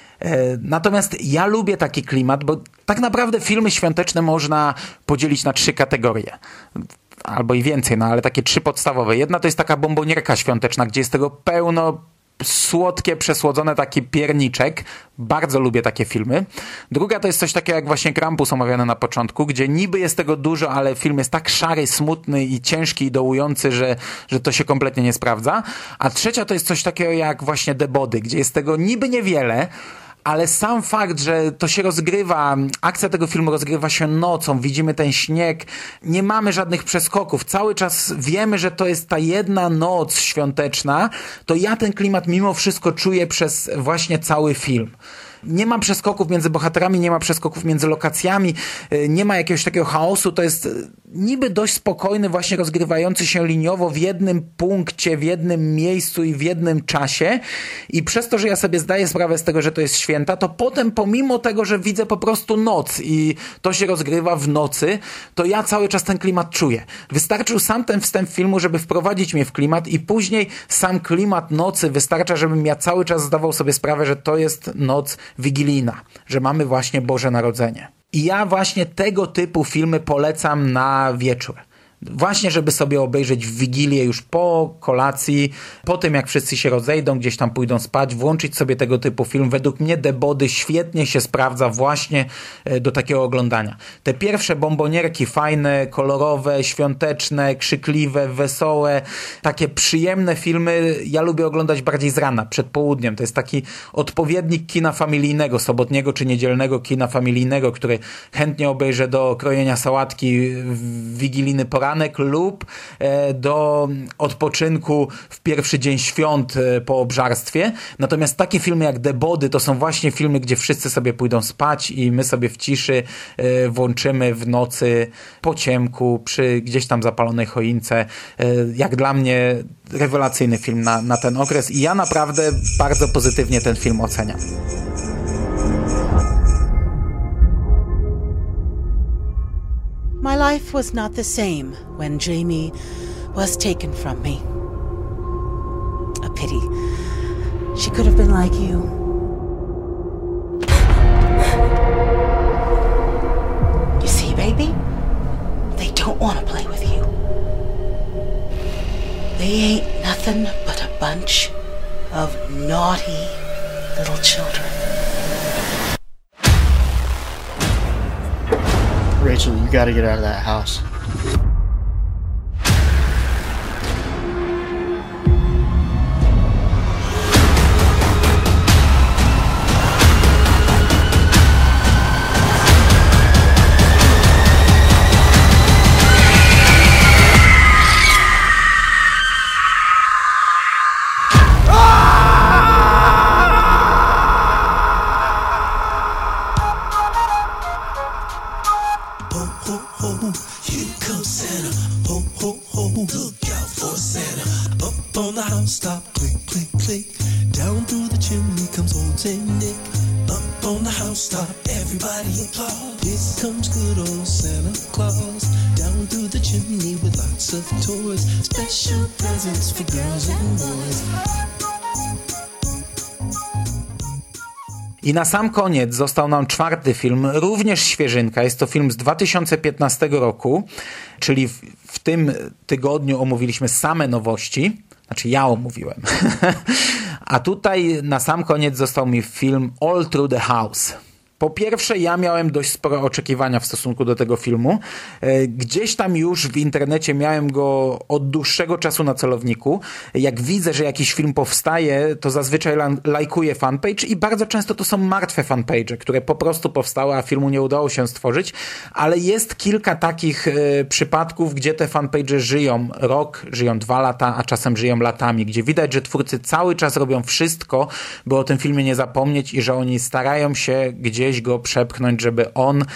Natomiast ja lubię taki klimat, bo tak naprawdę filmy świąteczne można podzielić na 3 kategorie. Albo i więcej, no ale takie 3 podstawowe. Jedna to jest taka bombonierka świąteczna, gdzie jest tego pełno, słodkie, przesłodzone, taki pierniczek. Bardzo lubię takie filmy. Druga to jest coś takiego jak właśnie Krampus omawiany na początku, gdzie niby jest tego dużo, ale film jest tak szary, smutny i ciężki i dołujący, że to się kompletnie nie sprawdza. A trzecia to jest coś takiego jak właśnie The Body, gdzie jest tego niby niewiele, ale sam fakt, że to się rozgrywa, akcja tego filmu rozgrywa się nocą, widzimy ten śnieg, nie mamy żadnych przeskoków, cały czas wiemy, że to jest ta jedna noc świąteczna, to ja ten klimat mimo wszystko czuję przez właśnie cały film. Nie ma przeskoków między bohaterami, nie ma przeskoków między lokacjami, nie ma jakiegoś takiego chaosu, to jest niby dość spokojny, właśnie rozgrywający się liniowo w jednym punkcie, w jednym miejscu i w jednym czasie i przez to, że ja sobie zdaję sprawę z tego, że to jest święta, to potem pomimo tego, że widzę po prostu noc i to się rozgrywa w nocy, to ja cały czas ten klimat czuję. Wystarczył sam ten wstęp filmu, żeby wprowadzić mnie w klimat i później sam klimat nocy wystarcza, żebym ja cały czas zdawał sobie sprawę, że to jest noc wigilijna, że mamy właśnie Boże Narodzenie. I ja właśnie tego typu filmy polecam na wieczór. Właśnie, żeby sobie obejrzeć w Wigilię już po kolacji, po tym jak wszyscy się rozejdą, gdzieś tam pójdą spać, włączyć sobie tego typu film. Według mnie The Body świetnie się sprawdza właśnie do takiego oglądania. Te pierwsze bombonierki fajne, kolorowe, świąteczne, krzykliwe, wesołe, takie przyjemne filmy ja lubię oglądać bardziej z rana, przed południem. To jest taki odpowiednik kina familijnego, sobotniego czy niedzielnego kina familijnego, który chętnie obejrzę do krojenia sałatki w wigilijny poranek lub do odpoczynku w pierwszy dzień świąt po obżarstwie. Natomiast takie filmy jak The Body to są właśnie filmy, gdzie wszyscy sobie pójdą spać i my sobie w ciszy włączymy w nocy po ciemku przy gdzieś tam zapalonej choince. Jak dla mnie rewelacyjny film na ten okres i ja naprawdę bardzo pozytywnie ten film oceniam. My life was not the same when Jamie was taken from me. A pity. She could have been like you. You see, baby? They don't want to play with you. They ain't nothing but a bunch of naughty little children. Rachel, you gotta get out of that house. house top, click, click, click. Down through the chimney comes old Saint Nick. Up on the housetop, everybody applause. Here comes good old Santa Claus. Down through the chimney with lots of toys. Special presents for girls and boys. I na sam koniec został nam czwarty film, również świeżynka. Jest to film z 2015 roku, czyli w tym tygodniu omówiliśmy same nowości. Znaczy ja omówiłem. A tutaj na sam koniec został mi film All Through the House. Po pierwsze, ja miałem dość spore oczekiwania w stosunku do tego filmu. Gdzieś tam już w internecie miałem go od dłuższego czasu na celowniku. Jak widzę, że jakiś film powstaje, to zazwyczaj lajkuję fanpage i bardzo często to są martwe fanpage, które po prostu powstały, a filmu nie udało się stworzyć. Ale jest kilka takich przypadków, gdzie te fanpage żyją rok, żyją 2 lata, a czasem żyją latami, gdzie widać, że twórcy cały czas robią wszystko, by o tym filmie nie zapomnieć i że oni starają się gdzieś go przepchnąć, żeby on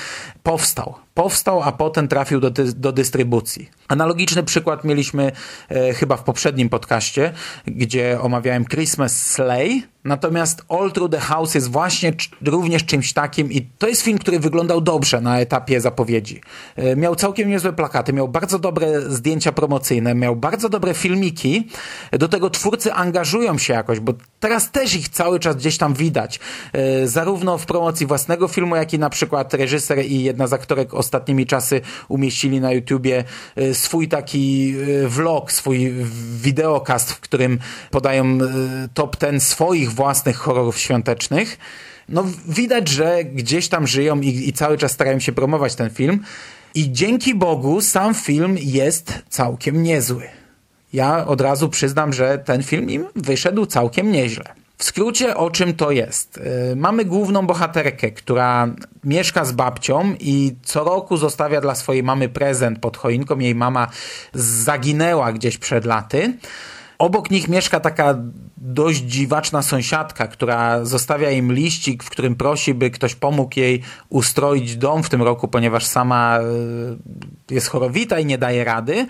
powstał, a potem trafił do dystrybucji. Analogiczny przykład mieliśmy chyba w poprzednim podcaście, gdzie omawiałem Christmas Sleigh, natomiast All Through the House jest właśnie również czymś takim i to jest film, który wyglądał dobrze na etapie zapowiedzi. Miał całkiem niezłe plakaty, miał bardzo dobre zdjęcia promocyjne, miał bardzo dobre filmiki. Do tego twórcy angażują się jakoś, bo teraz też ich cały czas gdzieś tam widać. Zarówno w promocji własnego filmu, jak i na przykład reżyser i jedna z aktorek ostatnimi czasy umieścili na YouTubie swój taki vlog, swój wideokast, w którym podają top 10 swoich własnych horrorów świątecznych. No widać, że gdzieś tam żyją i cały czas starają się promować ten film. I dzięki Bogu sam film jest całkiem niezły. Ja od razu przyznam, że ten film im wyszedł całkiem nieźle. W skrócie, o czym to jest? Mamy główną bohaterkę, która mieszka z babcią i co roku zostawia dla swojej mamy prezent pod choinką. Jej mama zaginęła gdzieś przed laty. Obok nich mieszka taka dość dziwaczna sąsiadka, która zostawia im liścik, w którym prosi, by ktoś pomógł jej ustroić dom w tym roku, ponieważ sama jest chorowita i nie daje rady.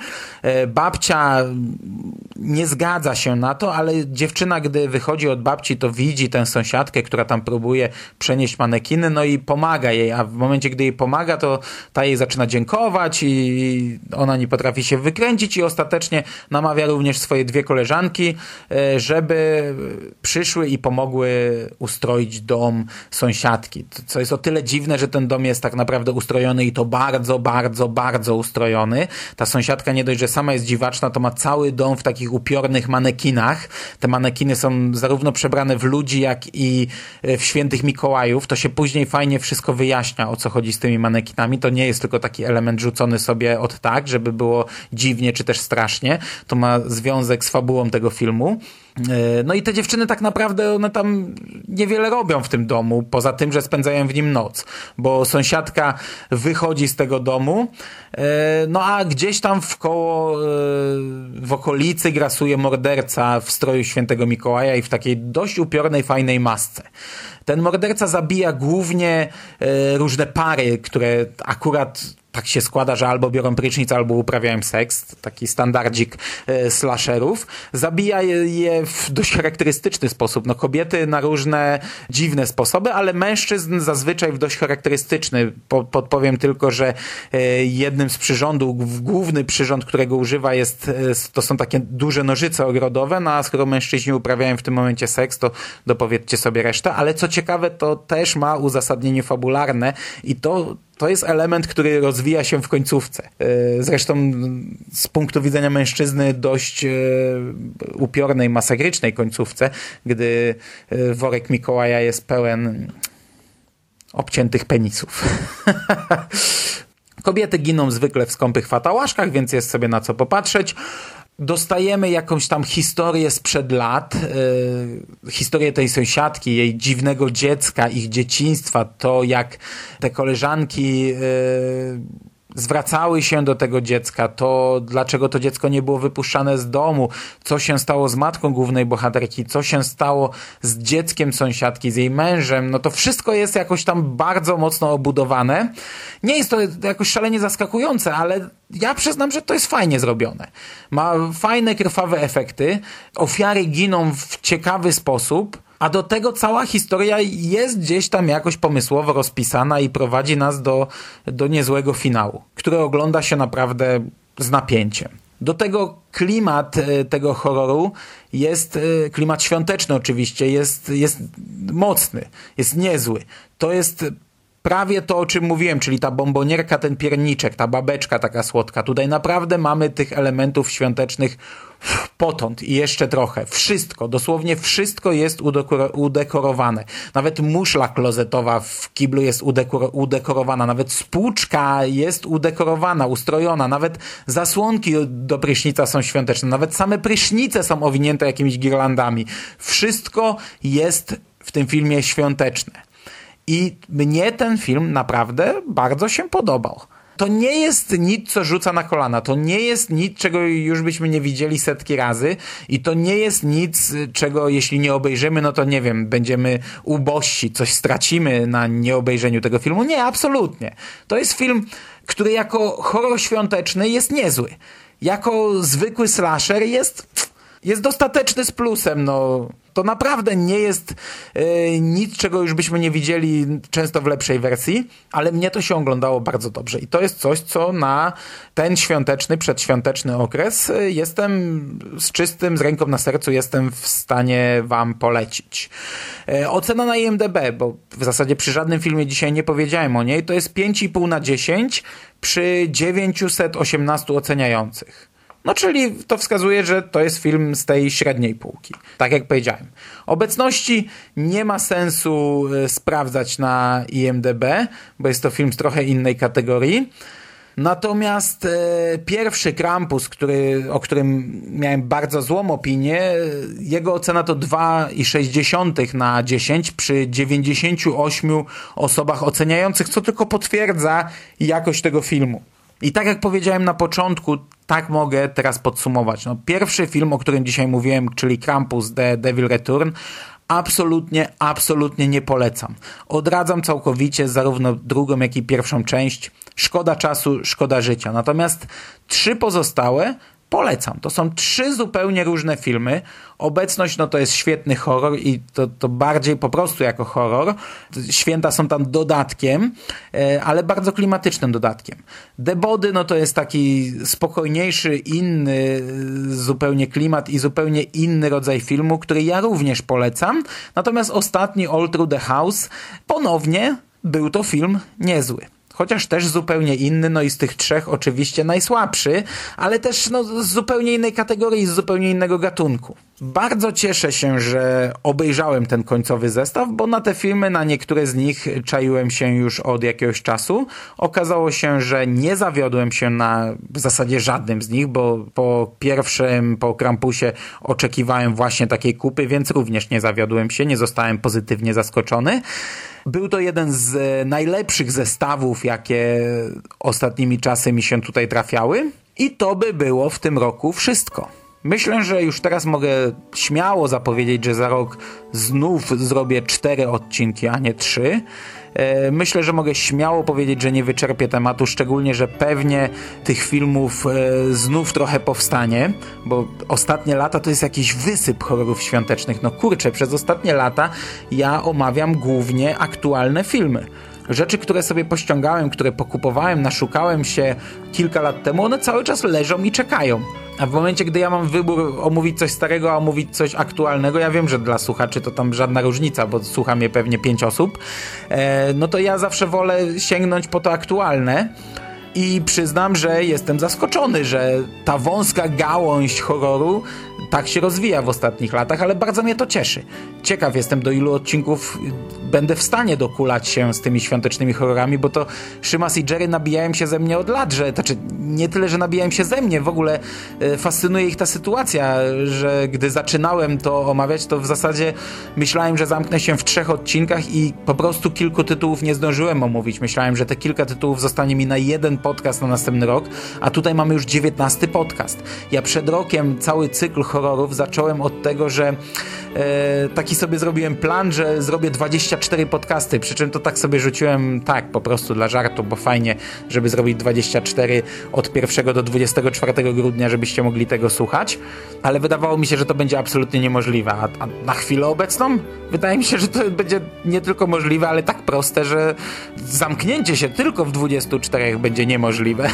Babcia nie zgadza się na to, ale dziewczyna, gdy wychodzi od babci, to widzi tę sąsiadkę, która tam próbuje przenieść manekiny, no i pomaga jej, a w momencie, gdy jej pomaga, to ta jej zaczyna dziękować i ona nie potrafi się wykręcić i ostatecznie namawia również swoje 2 koleżanki, żeby przyszły i pomogły ustroić dom sąsiadki. Co jest o tyle dziwne, że ten dom jest tak naprawdę ustrojony i to bardzo, bardzo, bardzo ustrojony. Ta sąsiadka nie dość, że sama jest dziwaczna, to ma cały dom w takich upiornych manekinach. Te manekiny są zarówno przebrane w ludzi, jak i w świętych Mikołajów. To się później fajnie wszystko wyjaśnia, o co chodzi z tymi manekinami. To nie jest tylko taki element rzucony sobie od tak, żeby było dziwnie czy też strasznie. To ma związek z fabułą tego filmu. No i te dziewczyny tak naprawdę one tam niewiele robią w tym domu, poza tym, że spędzają w nim noc, bo sąsiadka wychodzi z tego domu, no a gdzieś tam w okolicy grasuje morderca w stroju świętego Mikołaja i w takiej dość upiornej, fajnej masce. Ten morderca zabija głównie różne pary, które akurat tak się składa, że albo biorą prysznic, albo uprawiają seks. Taki standardzik slasherów. Zabija je w dość charakterystyczny sposób. No kobiety na różne dziwne sposoby, ale mężczyzn zazwyczaj w dość charakterystyczny. Podpowiem tylko, że jednym z przyrządów, główny przyrząd, którego używa to są takie duże nożyce ogrodowe, no a skoro mężczyźni uprawiają w tym momencie seks, to dopowiedzcie sobie resztę. Ale co ciekawe, to też ma uzasadnienie fabularne i to jest element, który rozwija się w końcówce. Zresztą z punktu widzenia mężczyzny dość upiornej, masakrycznej końcówce, gdy worek Mikołaja jest pełen obciętych penisów. Kobiety giną zwykle w skąpych fatałaszkach, więc jest sobie na co popatrzeć. Dostajemy jakąś tam historię sprzed lat, historię tej sąsiadki, jej dziwnego dziecka, ich dzieciństwa, to jak te koleżanki zwracały się do tego dziecka, to dlaczego to dziecko nie było wypuszczane z domu, co się stało z matką głównej bohaterki, co się stało z dzieckiem sąsiadki, z jej mężem, no to wszystko jest jakoś tam bardzo mocno obudowane. Nie jest to jakoś szalenie zaskakujące, ale ja przyznam, że to jest fajnie zrobione. Ma fajne, krwawe efekty, ofiary giną w ciekawy sposób, a do tego cała historia jest gdzieś tam jakoś pomysłowo rozpisana i prowadzi nas do niezłego finału, który ogląda się naprawdę z napięciem. Do tego klimat tego horroru jest, klimat świąteczny oczywiście, jest mocny, jest niezły. To jest prawie to, o czym mówiłem, czyli ta bombonierka, ten pierniczek, ta babeczka taka słodka. Tutaj naprawdę mamy tych elementów świątecznych potąd i jeszcze trochę. Wszystko, dosłownie wszystko jest udekorowane. Nawet muszla klozetowa w kiblu jest udekorowana, nawet spłuczka jest udekorowana, ustrojona, nawet zasłonki do prysznica są świąteczne, nawet same prysznice są owinięte jakimiś girlandami. Wszystko jest w tym filmie świąteczne. I mnie ten film naprawdę bardzo się podobał. To nie jest nic, co rzuca na kolana. To nie jest nic, czego już byśmy nie widzieli setki razy. I to nie jest nic, czego jeśli nie obejrzymy, no to nie wiem, będziemy ubożsi, coś stracimy na nieobejrzeniu tego filmu. Nie, absolutnie. To jest film, który jako horror świąteczny jest niezły. Jako zwykły slasher jest dostateczny z plusem, no. To naprawdę nie jest nic, czego już byśmy nie widzieli często w lepszej wersji, ale mnie to się oglądało bardzo dobrze. I to jest coś, co na ten świąteczny, przedświąteczny okres z ręką na sercu jestem w stanie wam polecić. Ocena na IMDb, bo w zasadzie przy żadnym filmie dzisiaj nie powiedziałem o niej, to jest 5,5 na 10 przy 918 oceniających. No czyli to wskazuje, że to jest film z tej średniej półki. Tak jak powiedziałem. Obecności nie ma sensu sprawdzać na IMDb, bo jest to film z trochę innej kategorii. Natomiast pierwszy Krampus, o którym miałem bardzo złą opinię, jego ocena to 2,6 na 10 przy 98 osobach oceniających, co tylko potwierdza jakość tego filmu. I tak jak powiedziałem na początku, tak mogę teraz podsumować. No, pierwszy film, o którym dzisiaj mówiłem, czyli Krampus The Devil Return, absolutnie nie polecam. Odradzam całkowicie zarówno drugą, jak i pierwszą część. Szkoda czasu, szkoda życia. Natomiast 3 pozostałe polecam. To są 3 zupełnie różne filmy. Obecność no to jest świetny horror i to bardziej po prostu jako horror. Święta są tam dodatkiem, ale bardzo klimatycznym dodatkiem. The Body no to jest taki spokojniejszy, inny zupełnie klimat i zupełnie inny rodzaj filmu, który ja również polecam. Natomiast ostatni All Through the House ponownie był to film niezły. Chociaż też zupełnie inny, no i z tych 3 oczywiście najsłabszy, ale też no, z zupełnie innej kategorii, z zupełnie innego gatunku. Bardzo cieszę się, że obejrzałem ten końcowy zestaw, bo na te filmy, na niektóre z nich czaiłem się już od jakiegoś czasu. Okazało się, że nie zawiodłem się na w zasadzie żadnym z nich, bo po Krampusie oczekiwałem właśnie takiej kupy, więc również nie zawiodłem się, nie zostałem pozytywnie zaskoczony. Był to jeden z najlepszych zestawów, jakie ostatnimi czasy mi się tutaj trafiały. I to by było w tym roku wszystko. Myślę, że już teraz mogę śmiało zapowiedzieć, że za rok znów zrobię 4 odcinki, a nie 3. Myślę, że mogę śmiało powiedzieć, że nie wyczerpię tematu, szczególnie, że pewnie tych filmów znów trochę powstanie, bo ostatnie lata to jest jakiś wysyp horrorów świątecznych. No kurczę, przez ostatnie lata ja omawiam głównie aktualne filmy. Rzeczy, które sobie pościągałem, które pokupowałem, naszukałem się kilka lat temu, one cały czas leżą i czekają. A w momencie, gdy ja mam wybór omówić coś starego, a omówić coś aktualnego, ja wiem, że dla słuchaczy to tam żadna różnica, bo słucha mnie pewnie 5 osób, no to ja zawsze wolę sięgnąć po to aktualne. I przyznam, że jestem zaskoczony, że ta wąska gałąź horroru tak się rozwija w ostatnich latach, ale bardzo mnie to cieszy. Ciekaw jestem, do ilu odcinków będę w stanie dokulać się z tymi świątecznymi horrorami, bo to Szymas i Jerry nabijają się ze mnie od lat, znaczy nie tyle, że nabijają się ze mnie, w ogóle fascynuje ich ta sytuacja, że gdy zaczynałem to omawiać, to w zasadzie myślałem, że zamknę się w 3 odcinkach i po prostu kilku tytułów nie zdążyłem omówić. Myślałem, że te kilka tytułów zostanie mi na jeden podcast na następny rok, a tutaj mamy już 19 podcast. Ja przed rokiem cały cykl horrorów zacząłem od tego, że taki sobie zrobiłem plan, że zrobię 24 podcasty, przy czym to tak sobie rzuciłem po prostu dla żartu, bo fajnie, żeby zrobić 24 od 1 do 24 grudnia, żebyście mogli tego słuchać, ale wydawało mi się, że to będzie absolutnie niemożliwe, a na chwilę obecną wydaje mi się, że to będzie nie tylko możliwe, ale tak proste, że zamknięcie się tylko w 24 będzie niemożliwe.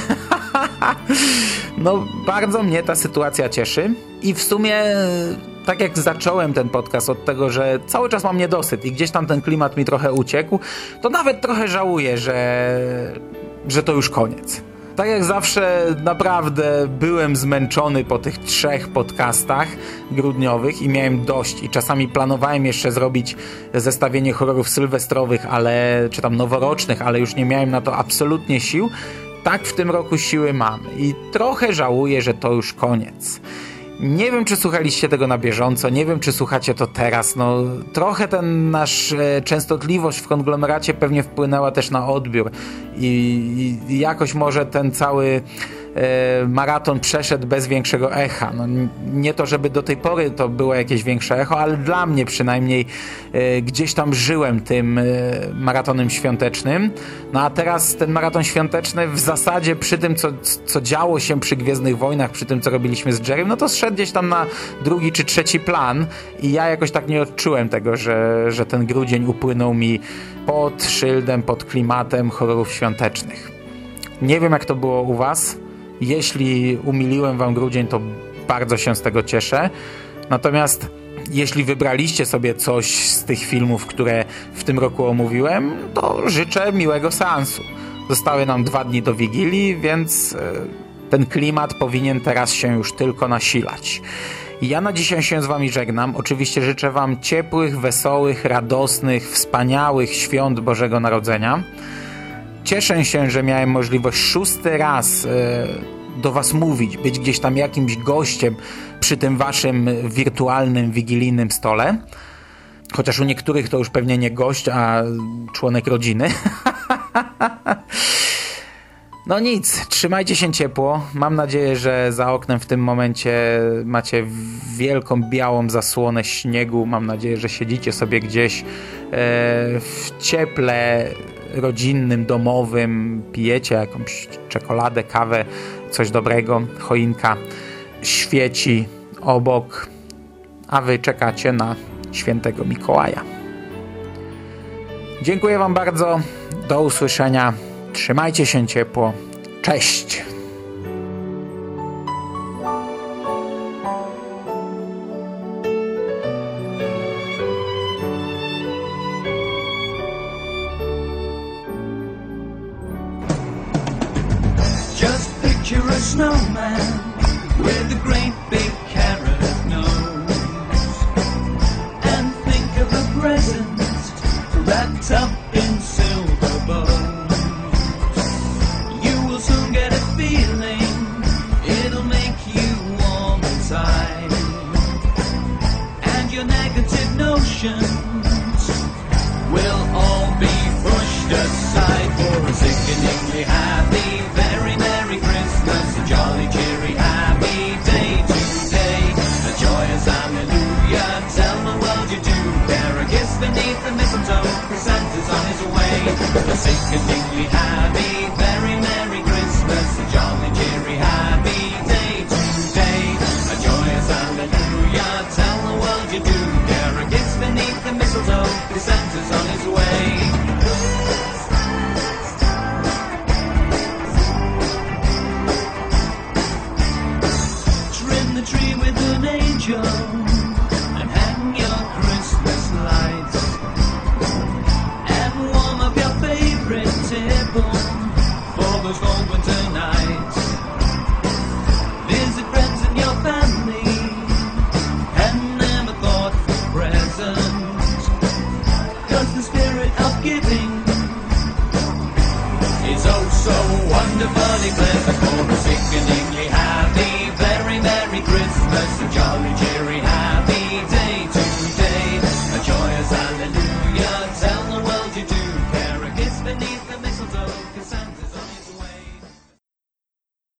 No, bardzo mnie ta sytuacja cieszy i w sumie tak jak zacząłem ten podcast od tego, że cały czas mam niedosyt i gdzieś tam ten klimat mi trochę uciekł, to nawet trochę żałuję, że to już koniec. Tak jak zawsze naprawdę byłem zmęczony po tych 3 podcastach grudniowych i miałem dość i czasami planowałem jeszcze zrobić zestawienie horrorów sylwestrowych, czy tam noworocznych, ale już nie miałem na to absolutnie sił. Tak w tym roku siły mam i trochę żałuję, że to już koniec. Nie wiem, czy słuchaliście tego na bieżąco, nie wiem, czy słuchacie to teraz. No, trochę ten nasz częstotliwość w konglomeracie pewnie wpłynęła też na odbiór i jakoś może ten cały maraton przeszedł bez większego echa. No, nie to, żeby do tej pory to było jakieś większe echo, ale dla mnie przynajmniej gdzieś tam żyłem tym maratonem świątecznym. No a teraz ten maraton świąteczny w zasadzie przy tym, co działo się przy Gwiezdnych Wojnach, przy tym, co robiliśmy z Jerrym, no to zszedł gdzieś tam na 2. czy 3. plan i ja jakoś tak nie odczułem tego, że ten grudzień upłynął mi pod szyldem, pod klimatem horrorów świątecznych. Nie wiem, jak to było u was. Jeśli umiliłem wam grudzień, to bardzo się z tego cieszę. Natomiast jeśli wybraliście sobie coś z tych filmów, które w tym roku omówiłem, to życzę miłego seansu. Zostały nam 2 dni do Wigilii, więc ten klimat powinien teraz się już tylko nasilać. Ja na dzisiaj się z wami żegnam. Oczywiście życzę wam ciepłych, wesołych, radosnych, wspaniałych świąt Bożego Narodzenia. Cieszę się, że miałem możliwość 6. raz do was mówić, być gdzieś tam jakimś gościem przy tym waszym wirtualnym, wigilijnym stole. Chociaż u niektórych to już pewnie nie gość, a członek rodziny. No nic, trzymajcie się ciepło. Mam nadzieję, że za oknem w tym momencie macie wielką, białą zasłonę śniegu. Mam nadzieję, że siedzicie sobie gdzieś w cieple rodzinnym, domowym, pijecie jakąś czekoladę, kawę, coś dobrego, choinka świeci obok, a wy czekacie na świętego Mikołaja. Dziękuję wam bardzo, do usłyszenia, trzymajcie się ciepło, cześć! Picture a snowman with a great big carrot nose, and think of a present wrapped up in silver bows. You will soon get a feeling, it'll make you warm inside, and your negative notions will all be pushed aside for a sickeningly happy, very merry Christmas, a jolly, cheery, happy day today. A joyous hallelujah, tell the world you do. There are gifts beneath the mistletoe, Santa's on his way. A sickeningly happy, very merry Christmas, a jolly, cheery, happy day today. A joyous hallelujah, tell the world you do. There are gifts beneath the mistletoe, Santa's on his way. Tree with an angel and hang your Christmas lights and warm up your favorite table for those cold winter nights. Visit friends and your family living. It's oh so wonderfully pleasant for the sickening